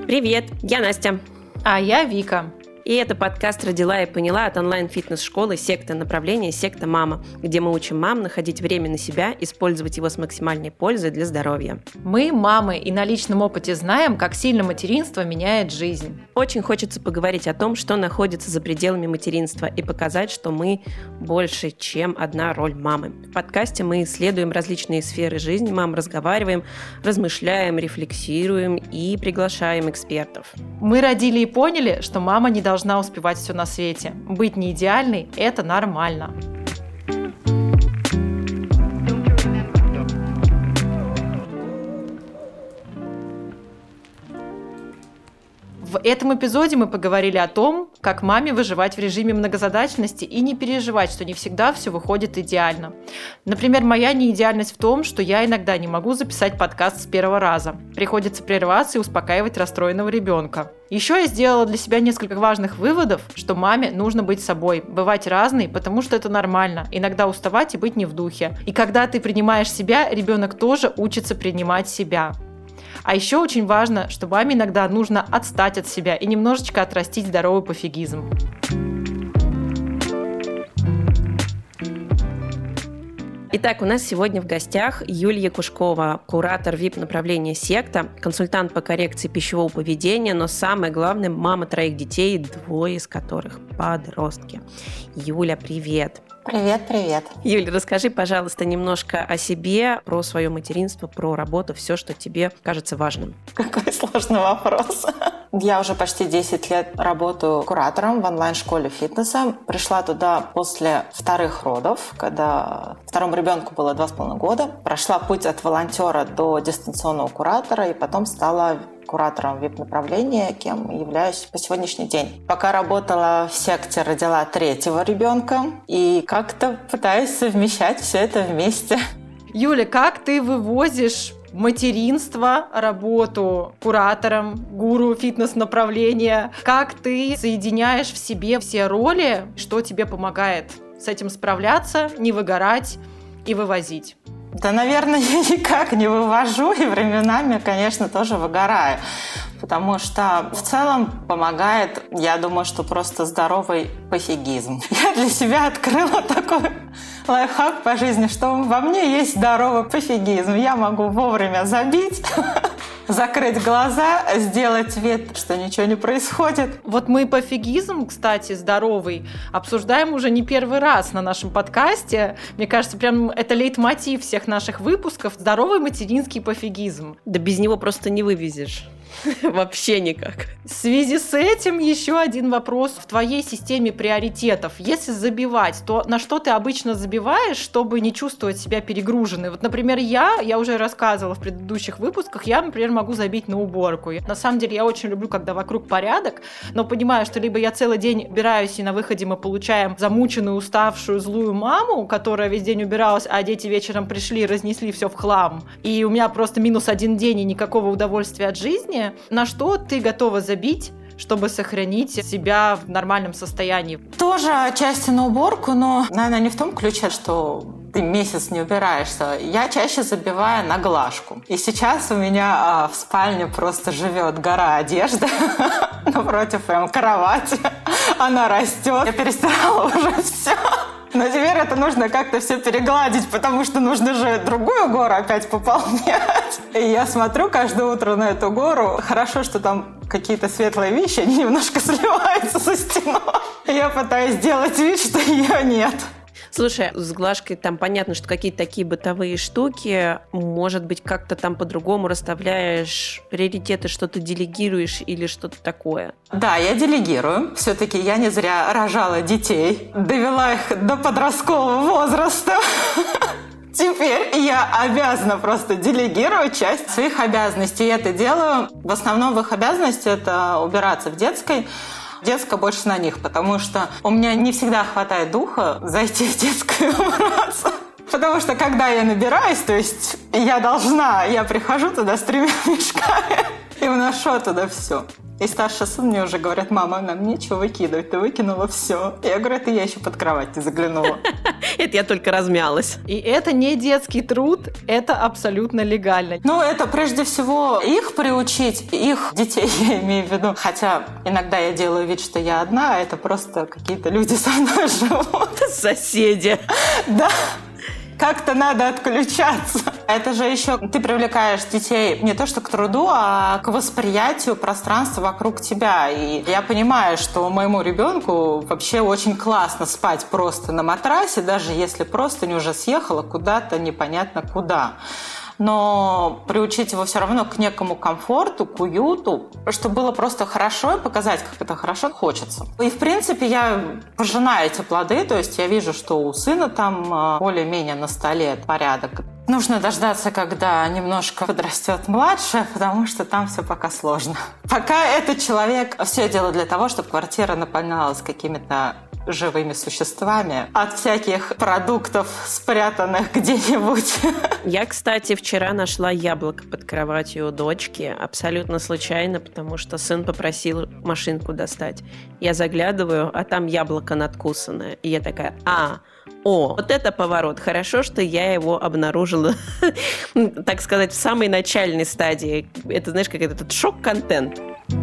Привет, я Настя. А я Вика. И это подкаст «Родила и поняла» от онлайн-фитнес-школы «Секта направления Секта Мама», где мы учим мам находить время на себя, использовать его с максимальной пользой для здоровья. Мы, мамы, и на личном опыте знаем, как сильно материнство меняет жизнь. Очень хочется поговорить о том, что находится за пределами материнства, и показать, что мы больше, чем одна роль мамы. В подкасте мы исследуем различные сферы жизни мам, разговариваем, размышляем, рефлексируем и приглашаем экспертов. Мы родили и поняли, что мама не должна успевать все на свете. Быть не идеальной – это нормально. В этом эпизоде мы поговорили о том, как маме выживать в режиме многозадачности и не переживать, что не всегда все выходит идеально. Например, моя неидеальность в том, что я иногда не могу записать подкаст с первого раза. Приходится прерываться и успокаивать расстроенного ребенка. Еще я сделала для себя несколько важных выводов, что маме нужно быть собой, бывать разной, потому что это нормально, иногда уставать и быть не в духе. И когда ты принимаешь себя, ребенок тоже учится принимать себя. А еще очень важно, что маме иногда нужно отстать от себя и немножечко отрастить здоровый пофигизм. Итак, у нас сегодня в гостях Юлия Кушкова, куратор ВИП-направления «Секта», консультант по коррекции пищевого поведения, но самое главное, мама 3 детей, 2 из которых подростки. Юля, привет! Привет. Юля, расскажи, пожалуйста, немножко о себе, про свое материнство, про работу, все, что тебе кажется важным. Какой сложный вопрос. Я уже почти 10 лет работаю куратором в онлайн-школе фитнеса. Пришла туда после 2 родов, когда второму ребенку было 2,5 года. Прошла путь от волонтера до дистанционного куратора и потом стала куратором ВИП-направления, кем являюсь по сегодняшний день. Пока работала в секте, родила 3-го ребенка и как-то пытаюсь совмещать все это вместе. Юля, как ты вывозишь материнство, работу куратором, гуру фитнес-направления? Как ты соединяешь в себе все роли, что тебе помогает с этим справляться, не выгорать и вывозить? Да, наверное, я никак не вывожу, и временами, конечно, тоже выгораю. Потому что в целом помогает, я думаю, что просто здоровый пофигизм. Я для себя открыла такой лайфхак по жизни, что во мне есть здоровый пофигизм. Я могу вовремя забить, закрыть глаза, сделать вид, что ничего не происходит. Вот мы пофигизм, кстати, здоровый, обсуждаем уже не первый раз на нашем подкасте. Мне кажется, прям это лейтмотив всех наших выпусков. Здоровый материнский пофигизм. Да без него просто не вывезешь. Вообще никак. В связи с этим еще один вопрос в твоей системе приоритетов. Если забивать, то на что ты обычно забиваешь, чтобы не чувствовать себя перегруженной? Вот, например, я уже рассказывала в предыдущих выпусках, я, например, могу забить на уборку. На самом деле я очень люблю, когда вокруг порядок, но понимаю, что либо я целый день убираюсь, и на выходе мы получаем замученную, уставшую, злую маму, которая весь день убиралась, а дети вечером пришли и разнесли все в хлам. И у меня просто -1 день и никакого удовольствия от жизни. На что ты готова забить, чтобы сохранить себя в нормальном состоянии? Тоже отчасти на уборку, но, наверное, не в том ключе, что ты месяц не убираешься. Я чаще забиваю на глажку. И сейчас у меня в спальне просто живет гора одежды напротив прям кровати. Она растет. Я перестирала уже все. Но теперь это нужно как-то все перегладить, потому что нужно же другую гору опять пополнять. И я смотрю каждое утро на эту гору. Хорошо, что там какие-то светлые вещи, они немножко сливаются со стеной. Я пытаюсь сделать вид, что ее нет. Слушай, с глажкой там понятно, что какие-то такие бытовые штуки, может быть, как-то там по-другому расставляешь приоритеты, что-то делегируешь или что-то такое? Да, я делегирую. Все-таки я не зря рожала детей, довела их до подросткового возраста. Теперь я обязана просто делегировать часть своих обязанностей. Я это делаю. В основном в их обязанности это убираться в детской. Детская больше на них, потому что у меня не всегда хватает духа зайти в детскую и убраться. Потому что когда я набираюсь, то есть я прихожу туда с 3 мешками и вношу туда все. И старший сын мне уже говорит: мама, нам нечего выкидывать, ты выкинула все. Я говорю: это я еще под кровать не заглянула. Это я только размялась. И это не детский труд, это абсолютно легально. Ну, это прежде всего их приучить, их детей, я имею в виду. Хотя иногда я делаю вид, что я одна, а это просто какие-то люди со мной живут. Соседи. Да. Как-то надо отключаться. Это же еще ты привлекаешь детей не то что к труду, а к восприятию пространства вокруг тебя. И я понимаю, что моему ребенку вообще очень классно спать просто на матрасе, даже если простынь уже съехала куда-то непонятно куда. Но приучить его все равно к некому комфорту, к уюту, чтобы было просто хорошо и показать, как это хорошо хочется. И, в принципе, я пожинаю эти плоды, то есть я вижу, что у сына там более-менее на столе порядок. Нужно дождаться, когда немножко подрастет младшая, потому что там все пока сложно. Пока этот человек все делает для того, чтобы квартира наполнялась какими-то живыми существами от всяких продуктов, спрятанных где-нибудь. Я, кстати, вчера нашла яблоко под кроватью у дочки абсолютно случайно, потому что сын попросил машинку достать. Я заглядываю, а там яблоко надкусанное. И я такая: вот это поворот. Хорошо, что я его обнаружила, так сказать, в самой начальной стадии. Это, знаешь, как этот шок-контент.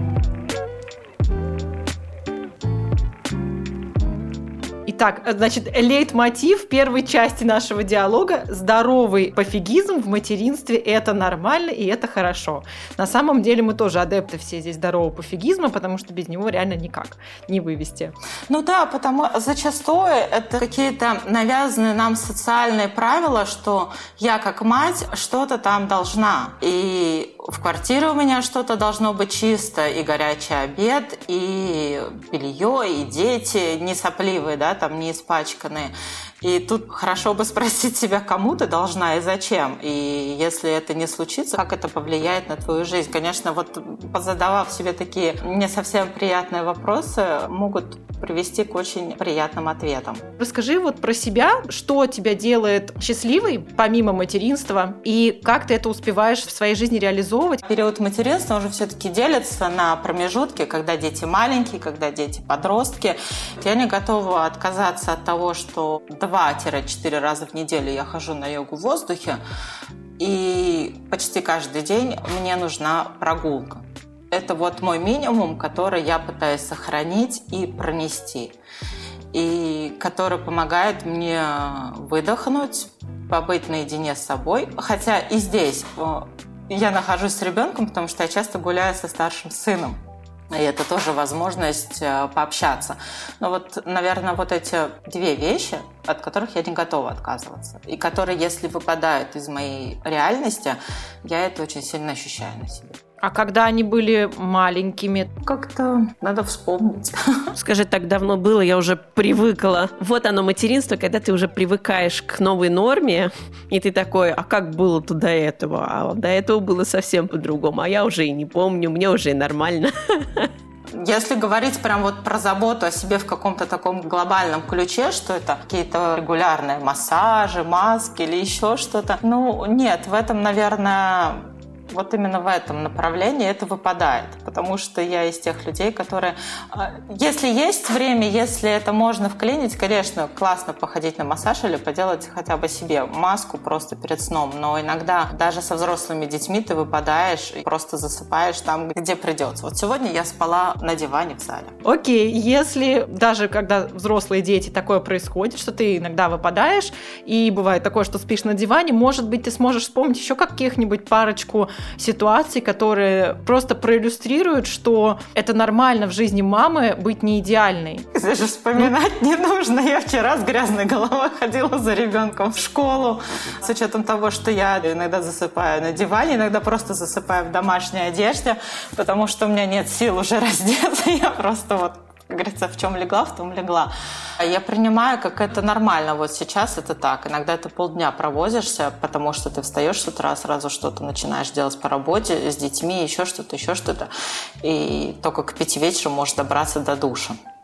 Итак, значит, лейтмотив первой части нашего диалога: здоровый пофигизм в материнстве – это нормально и это хорошо. На самом деле мы тоже адепты все здесь здорового пофигизма, потому что без него реально никак не вывести. Ну да, потому зачастую это какие-то навязанные нам социальные правила, что я как мать что-то там должна. И в квартире у меня что-то должно быть чисто, и горячий обед, и белье, и дети не сопливые, да, там не испачканные. И тут хорошо бы спросить себя, кому ты должна и зачем. И если это не случится, как это повлияет на твою жизнь. Конечно, вот позадавав себе такие не совсем приятные вопросы, могут привести к очень приятным ответам. Расскажи вот про себя, что тебя делает счастливой, помимо материнства, и как ты это успеваешь в своей жизни реализовывать? Период материнства уже все-таки делится на промежутки, когда дети маленькие, когда дети подростки. Я не готова отказаться от того, что 2-4 раза в неделю я хожу на йогу в воздухе, и почти каждый день мне нужна прогулка. Это вот мой минимум, который я пытаюсь сохранить и пронести, и который помогает мне выдохнуть, побыть наедине с собой. Хотя и здесь я нахожусь с ребенком, потому что я часто гуляю со старшим сыном. И это тоже возможность пообщаться. Но вот, наверное, вот эти две вещи, от которых я не готова отказываться, и которые, если выпадают из моей реальности, я это очень сильно ощущаю на себе. А когда они были маленькими? Как-то надо вспомнить. Скажи, так давно было, я уже привыкла. Вот оно, материнство, когда ты уже привыкаешь к новой норме, и ты такой: а как было-то до этого? А до этого было совсем по-другому. А я уже и не помню, мне уже и нормально. Если говорить прям вот про заботу о себе в каком-то таком глобальном ключе, что это какие-то регулярные массажи, маски или еще что-то, ну нет, в этом, наверное... Вот именно в этом направлении это выпадает, потому что я из тех людей, которые... Если есть время, если это можно вклинить, конечно, классно походить на массаж или поделать хотя бы себе маску просто перед сном, но иногда даже со взрослыми детьми ты выпадаешь и просто засыпаешь там, где придется. Вот сегодня я спала на диване в зале. Окей, если даже когда взрослые дети такое происходит, что ты иногда выпадаешь, и бывает такое, что спишь на диване, может быть, ты сможешь вспомнить еще каких-нибудь парочку ситуаций, которые просто проиллюстрируют, что это нормально в жизни мамы быть не идеальной. Даже вспоминать не нужно. Я вчера с грязной головой ходила за ребенком в школу. С учетом того, что я иногда засыпаю на диване, иногда просто засыпаю в домашней одежде, потому что у меня нет сил уже раздеться. Я просто вот, как говорится, в чем легла, в том легла. Я принимаю, как это нормально. Вот сейчас это так. Иногда ты полдня провозишься, потому что ты встаешь с утра, сразу что-то начинаешь делать по работе, с детьми, еще что-то. И только к 5 вечера можешь добраться до душа.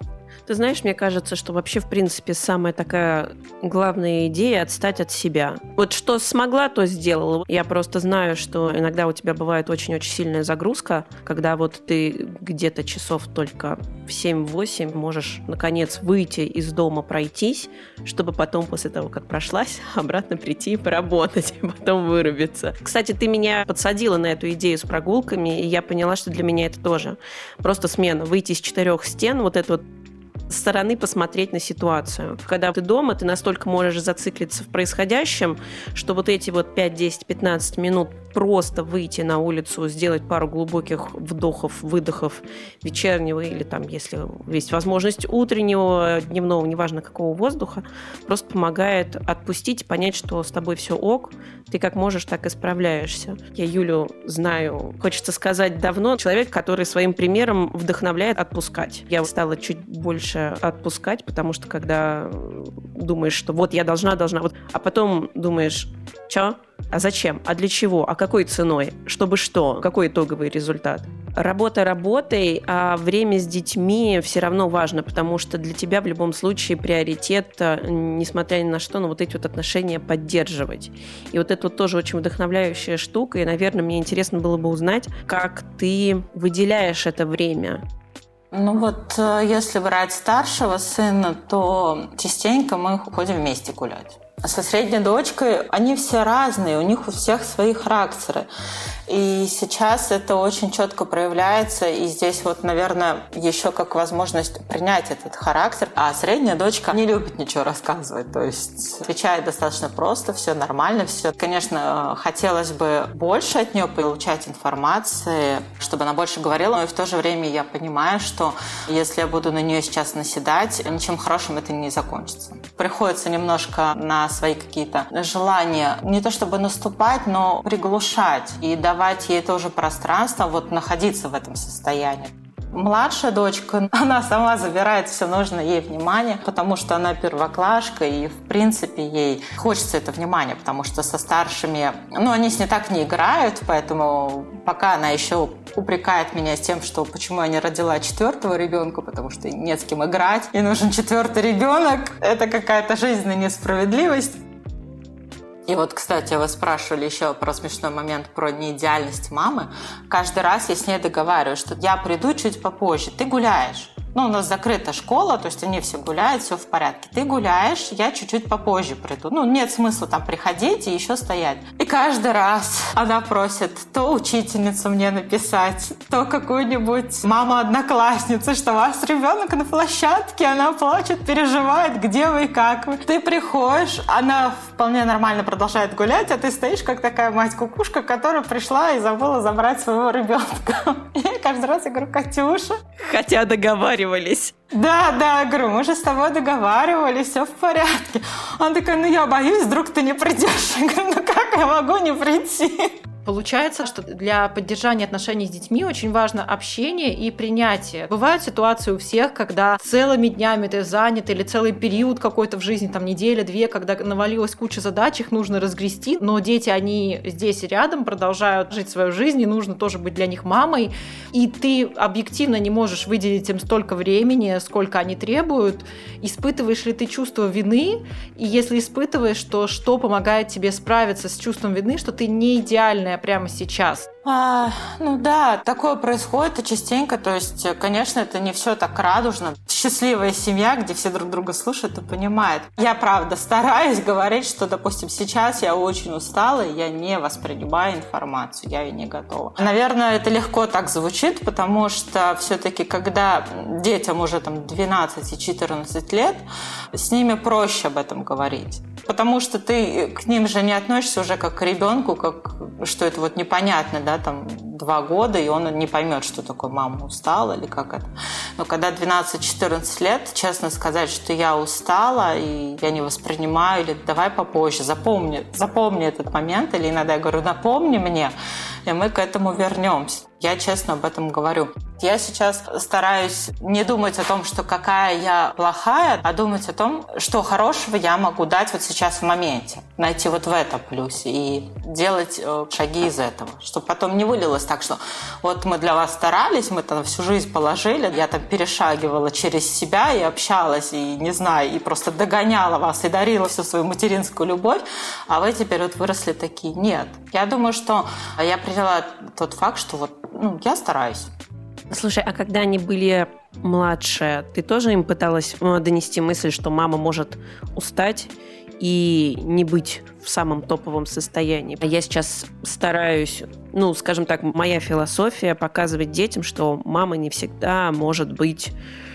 Ты знаешь, мне кажется, что вообще, в принципе, самая такая главная идея – отстать от себя. Вот что смогла, то сделала. Я просто знаю, что иногда у тебя бывает очень-очень сильная загрузка, когда вот ты где-то часов только в 7-8 можешь, наконец, выйти из дома, пройтись, чтобы потом, после того, как прошлась, обратно прийти и поработать, и потом вырубиться. Кстати, ты меня подсадила на эту идею с прогулками, и я поняла, что для меня это тоже просто смена. Выйти из 4 стен, вот это вот со стороны посмотреть на ситуацию. Когда ты дома, ты настолько можешь зациклиться в происходящем, что вот эти вот 5, 10, 15 минут просто выйти на улицу, сделать пару глубоких вдохов, выдохов вечернего или там, если есть возможность, утреннего, дневного, неважно какого воздуха, просто помогает отпустить и понять, что с тобой все ок, ты как можешь, так и справляешься. Я Юлю знаю, хочется сказать, давно. Человек, который своим примером вдохновляет отпускать. Я стала чуть больше отпускать, потому что когда думаешь, что вот я должна, вот, а потом думаешь, чё? А зачем? А для чего? А какой ценой? Чтобы что? Какой итоговый результат? Работа работой, а время с детьми все равно важно, потому что для тебя в любом случае приоритет, несмотря ни на что, но вот эти вот отношения поддерживать. И вот это вот тоже очень вдохновляющая штука, и, наверное, мне интересно было бы узнать, как ты выделяешь это время. Ну вот, если брать старшего сына, то частенько мы ходим вместе гулять. Со средней дочкой они все разные, у них у всех свои характеры. И сейчас это очень четко проявляется, и здесь вот, наверное, еще как возможность принять этот характер. А средняя дочка не любит ничего рассказывать, то есть отвечает достаточно просто, все нормально, все. Конечно, хотелось бы больше от нее получать информации, чтобы она больше говорила, но и в то же время я понимаю, что если я буду на нее сейчас наседать, ничем хорошим это не закончится. Приходится немножко на свои какие-то желания не то чтобы наступать, но приглушать и давать ей тоже пространство вот находиться в этом состоянии. Младшая дочка, она сама забирает все нужное ей внимание, потому что она первоклашка, и, в принципе, ей хочется это внимание, потому что со старшими, они с ней так не играют, поэтому пока она еще упрекает меня с тем, что почему я не родила 4-го ребенка, потому что нет с кем играть, и нужен 4-й ребенок. Это какая-то жизненная несправедливость. И вот, кстати, вы спрашивали еще про смешной момент про неидеальность мамы. Каждый раз я с ней договариваюсь, что я приду чуть попозже, ты гуляешь. У нас закрыта школа, то есть они все гуляют, все в порядке. Ты гуляешь, я чуть-чуть попозже приду. Нет смысла там приходить и еще стоять. И каждый раз она просит то учительницу мне написать, то какую-нибудь маму-одноклассницу, что у вас ребенок на площадке, она плачет, переживает, где вы и как вы. Ты приходишь, она вполне нормально продолжает гулять, а ты стоишь как такая мать-кукушка, которая пришла и забыла забрать своего ребенка. И каждый раз я говорю, Катюша. Хотя договаривались. Да, говорю, мы же с тобой договаривались, все в порядке. Она такая, я боюсь, вдруг ты не придешь. Я говорю, как я могу не прийти? Получается, что для поддержания отношений с детьми очень важно общение и принятие. Бывают ситуации у всех, когда целыми днями ты занят или целый период какой-то в жизни, там неделя-две, когда навалилась куча задач, их нужно разгрести, но дети, они здесь рядом, продолжают жить свою жизнь, и нужно тоже быть для них мамой, и ты объективно не можешь выделить им столько времени, сколько они требуют. Испытываешь ли ты чувство вины? И если испытываешь, то что помогает тебе справиться с чувством вины, что ты не идеальная прямо сейчас? Да, такое происходит и частенько. То есть, конечно, это не все так радужно. Счастливая семья, где все друг друга слушают и понимают. Я, правда, стараюсь говорить, что, допустим, сейчас я очень устала, и я не воспринимаю информацию, я ее не готова. Наверное, это легко так звучит, потому что все-таки, когда детям уже 12 и 14 лет, с ними проще об этом говорить. Потому что ты к ним же не относишься уже как к ребенку, как что это непонятно, 2 года, и он не поймет, что такое мама устала или как это. Но когда 12-14 лет, честно сказать, что я устала, и я не воспринимаю, или давай попозже, запомни этот момент, или иногда я говорю, напомни мне, и мы к этому вернемся. Я честно об этом говорю. Я сейчас стараюсь не думать о том, что какая я плохая, а думать о том, что хорошего я могу дать вот сейчас в моменте. Найти вот в этом плюсе и делать шаги из этого. Чтобы потом не вылилось так, что вот мы для вас старались, мы там всю жизнь положили, я там перешагивала через себя и общалась, и не знаю, и просто догоняла вас, и дарила всю свою материнскую любовь, а вы теперь вот выросли такие. Нет. Я думаю, что я приняла тот факт, что вот, я стараюсь. Слушай, а когда они были младше, ты тоже им пыталась донести мысль, что мама может устать и не быть в самом топовом состоянии? Я сейчас стараюсь, скажем так, моя философия показывать детям, что мама не всегда может быть,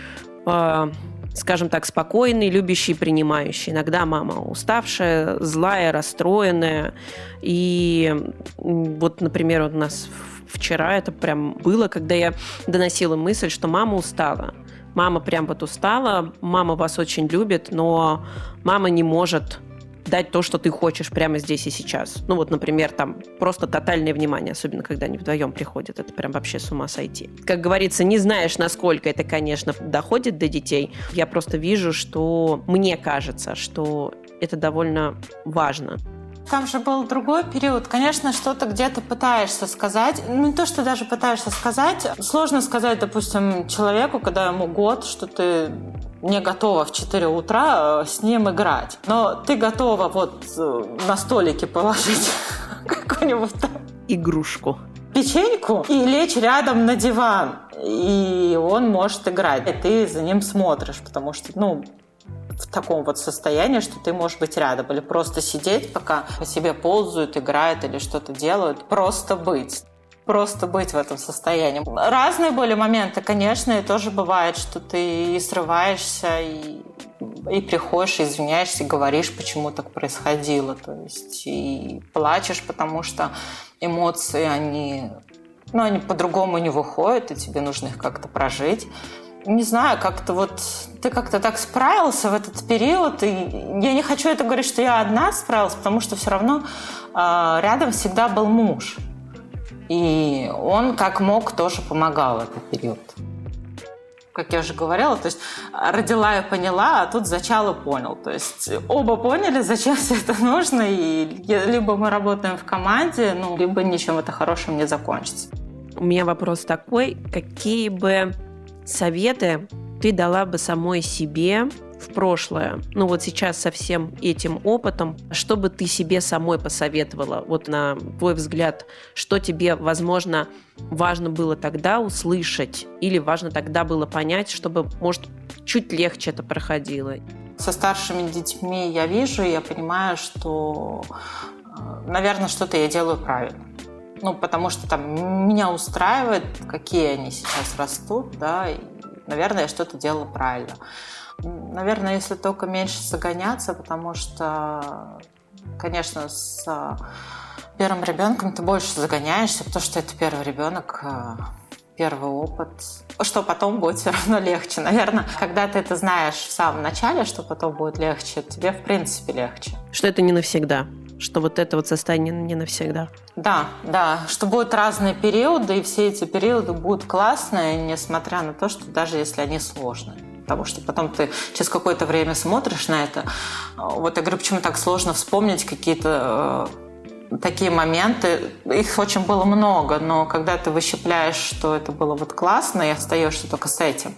скажем так, спокойной, любящей, принимающей. Иногда мама уставшая, злая, расстроенная. И вот, например, у нас вчера это прям было, когда я доносила мысль, что мама устала. Мама прям вот устала, мама вас очень любит, но мама не может дать то, что ты хочешь прямо здесь и сейчас. Например, там просто тотальное внимание, особенно когда они вдвоем приходят. Это прям вообще с ума сойти. Как говорится, не знаешь, насколько это, конечно, доходит до детей. Я просто вижу, что мне кажется, что это довольно важно. Там же был другой период. Конечно, что-то где-то пытаешься сказать. Не то, что даже пытаешься сказать. Сложно сказать, допустим, человеку, когда ему год, что ты не готова в 4 утра с ним играть. Но ты готова вот на столике положить какую-нибудь игрушку, печеньку и лечь рядом на диван. И он может играть. И ты за ним смотришь, потому что, в таком вот состоянии, что ты можешь быть рядом. Или просто сидеть, пока по себе ползают, играют или что-то делают. Просто быть в этом состоянии. Разные были моменты, конечно, и тоже бывает, что ты и срываешься, и приходишь, и извиняешься, и говоришь, почему так происходило. То есть и плачешь, потому что эмоции, они по-другому не выходят, и тебе нужно их как-то прожить. Не знаю, как-то вот ты как-то так справился в этот период, и я не хочу это говорить, что я одна справилась, потому что все равно рядом всегда был муж. И он как мог тоже помогал в этот период. Как я уже говорила, то есть родила и поняла, а тут зачала понял. То есть оба поняли, зачем все это нужно, и либо мы работаем в команде, либо ничем это хорошим не закончится. У меня вопрос такой, какие бы советы ты дала бы самой себе в прошлое, вот сейчас со всем этим опытом, что бы ты себе самой посоветовала? Вот на твой взгляд, что тебе, возможно, важно было тогда услышать или важно тогда было понять, чтобы, может, чуть легче это проходило? Со старшими детьми я вижу, и я понимаю, что, наверное, что-то я делаю правильно. Потому что там меня устраивает, какие они сейчас растут, да, и, наверное, я что-то делаю правильно. Наверное, если только меньше загоняться, потому что, конечно, с первым ребенком ты больше загоняешься, потому что это первый ребенок, первый опыт, что потом будет все равно легче. Наверное, когда ты это знаешь в самом начале, что потом будет легче, тебе в принципе легче. Что это не навсегда. Что вот это вот состояние не навсегда. Да, что будут разные периоды, и все эти периоды будут классные, несмотря на то, что даже если они сложные. Потому что потом ты через какое-то время смотришь на это. Вот я говорю, почему так сложно вспомнить какие-то такие моменты. Их очень было много, но когда ты выщепляешь, что это было вот классно, и остаешься только с этим,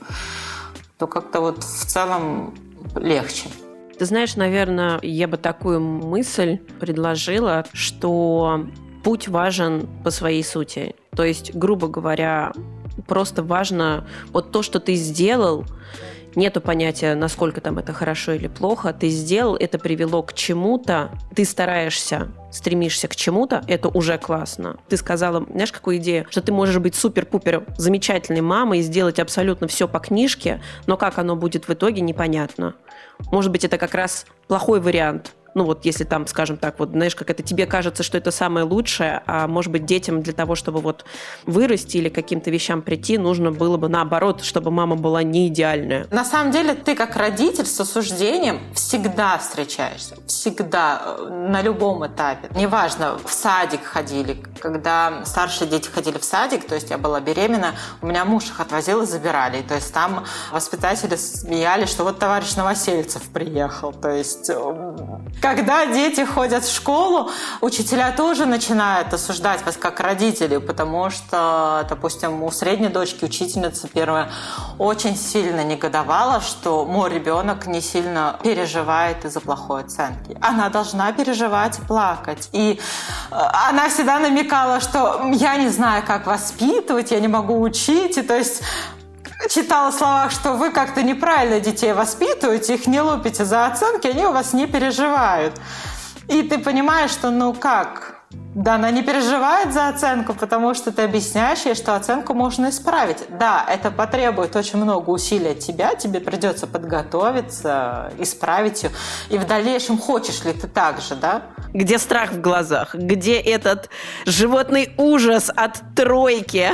то как-то вот в целом легче. Ты знаешь, наверное, я бы такую мысль предложила, что путь важен по своей сути. То есть, грубо говоря, просто важно вот то, что ты сделал. Нету понятия, насколько там это хорошо или плохо. Ты сделал, это привело к чему-то. Ты стараешься, стремишься к чему-то. Это уже классно. Ты сказала, знаешь, какую идею? Что ты можешь быть супер-пупер замечательной мамой и сделать абсолютно все по книжке, но как оно будет в итоге, непонятно. Может быть, это как раз плохой вариант. Ну вот если там, скажем так, вот знаешь, как это тебе кажется, что это самое лучшее, а может быть детям для того, чтобы вот вырасти или к каким-то вещам прийти, нужно было бы наоборот, чтобы мама была не идеальная. На самом деле ты как родитель с осуждением всегда встречаешься. Всегда. На любом этапе. Неважно, в садик ходили. Когда старшие дети ходили в садик, то есть я была беременна, у меня муж их отвозил и забирали. И, то есть там воспитатели смеялись, что вот товарищ Новосельцев приехал. То есть когда дети ходят в школу, учителя тоже начинают осуждать вас как родителей, потому что, допустим, у средней дочки учительница первая очень сильно негодовала, что мой ребенок не сильно переживает из-за плохой оценки. Она должна переживать и плакать. И она всегда намекала, что я не знаю, как воспитывать, я не могу учить. И то есть читала слова, что вы как-то неправильно детей воспитываете, их не лупите за оценки, они у вас не переживают. И ты понимаешь, что ну как? Да, она не переживает за оценку, потому что ты объясняешь ей, что оценку можно исправить. Да, это потребует очень много усилий от тебя, тебе придется подготовиться, исправить ее. И в дальнейшем хочешь ли ты так же, да? Где страх в глазах? Где этот животный ужас от тройки?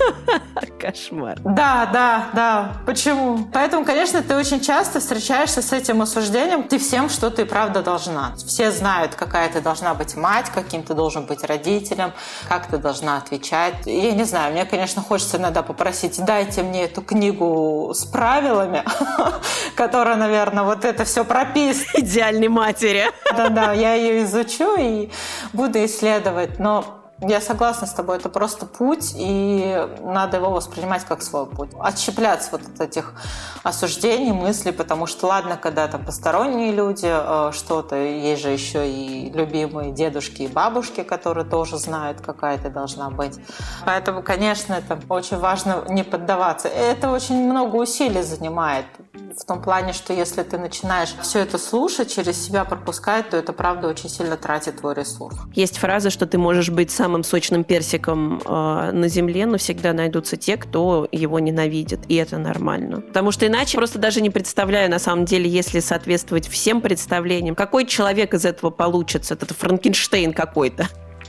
Кошмар. Да. Почему? Поэтому, конечно, ты очень часто встречаешься с этим осуждением. Ты всем, что ты правда должна. Все знают, какая ты должна быть мать, каким ты должен быть родителем, как ты должна отвечать. Я не знаю, мне, конечно, хочется иногда попросить, дайте мне эту книгу с правилами, которая, наверное, вот это все прописано. Идеальной матери. Да, я ее изучу и буду исследовать, но я согласна с тобой, это просто путь, и надо его воспринимать как свой путь. Отщепляться вот от этих осуждений, мыслей, потому что ладно, когда там посторонние люди что-то, есть же еще и любимые дедушки и бабушки, которые тоже знают, какая ты должна быть. Поэтому, конечно, это очень важно не поддаваться. Это очень много усилий занимает. В том плане, что если ты начинаешь все это слушать, через себя пропускать, то это, правда, очень сильно тратит твой ресурс. Есть фраза, что ты можешь быть самым сочным персиком на земле, но всегда найдутся те, кто его ненавидит, и это нормально. Потому что иначе просто даже не представляю, на самом деле, если соответствовать всем представлениям, какой человек из этого получится. Это Франкенштейн какой-то.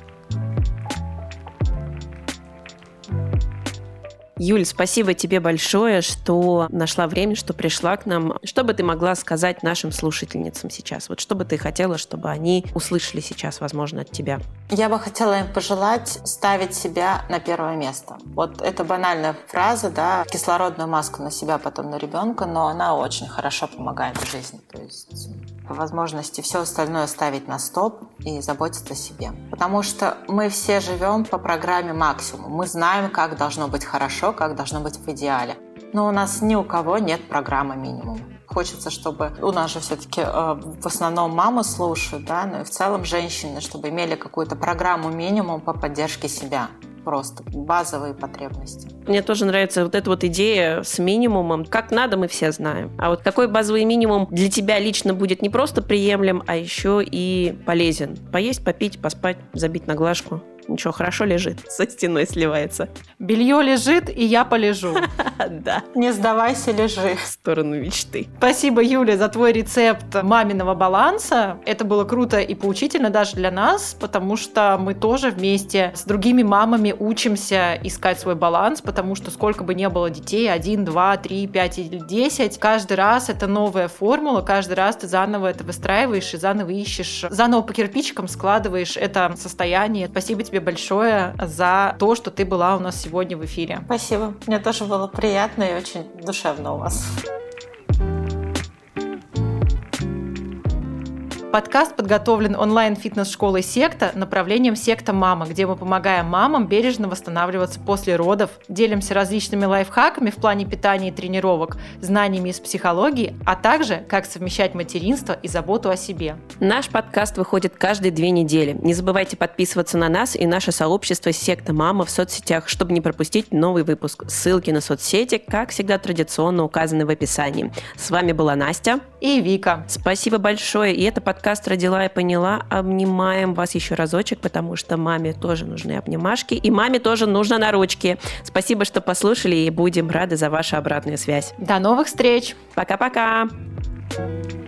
Юль, спасибо тебе большое, что нашла время, что пришла к нам. Что бы ты могла сказать нашим слушательницам сейчас? Вот что бы ты хотела, чтобы они услышали сейчас, возможно, от тебя? Я бы хотела им пожелать ставить себя на первое место. Вот это банальная фраза, да, кислородную маску на себя, потом на ребенка, но она очень хорошо помогает в жизни. То есть по возможности все остальное ставить на стоп и заботиться о себе. Потому что мы все живем по программе максимум. Мы знаем, как должно быть хорошо, как должно быть в идеале. Но у нас ни у кого нет программы минимум. Хочется, чтобы у нас же все-таки в основном мамы слушают, да, но и в целом женщины, чтобы имели какую-то программу минимум по поддержке себя. Просто базовые потребности. Мне тоже нравится вот эта вот идея с минимумом. Как надо, мы все знаем. А вот какой базовый минимум для тебя лично будет не просто приемлем, а еще и полезен? Поесть, попить, поспать, забить на глажку. Ничего, хорошо лежит, со стеной сливается. Белье лежит, и я полежу. Да. Не сдавайся, лежи. В сторону мечты. Спасибо, Юля, за твой рецепт маминого баланса. Это было круто и поучительно даже для нас, потому что мы тоже вместе с другими мамами учимся искать свой баланс, потому что сколько бы ни было детей, 1, 2, 3, 5 или 10, каждый раз это новая формула, каждый раз ты заново это выстраиваешь и заново ищешь, заново по кирпичикам складываешь это состояние. Спасибо тебе большое за то, что ты была у нас сегодня в эфире. Спасибо. Мне тоже было приятно и очень душевно у вас. Подкаст подготовлен онлайн-фитнес-школой «Секта» направлением «Секта Мама», где мы помогаем мамам бережно восстанавливаться после родов, делимся различными лайфхаками в плане питания и тренировок, знаниями из психологии, а также как совмещать материнство и заботу о себе. Наш подкаст выходит каждые 2 недели. Не забывайте подписываться на нас и наше сообщество «Секта Мама» в соцсетях, чтобы не пропустить новый выпуск. Ссылки на соцсети, как всегда, традиционно указаны в описании. С вами была Настя и Вика. Спасибо большое. И это подкаст «Родила и поняла». Обнимаем вас еще разочек, потому что маме тоже нужны обнимашки, и маме тоже нужно на ручки. Спасибо, что послушали, и будем рады за вашу обратную связь. До новых встреч! Пока-пока!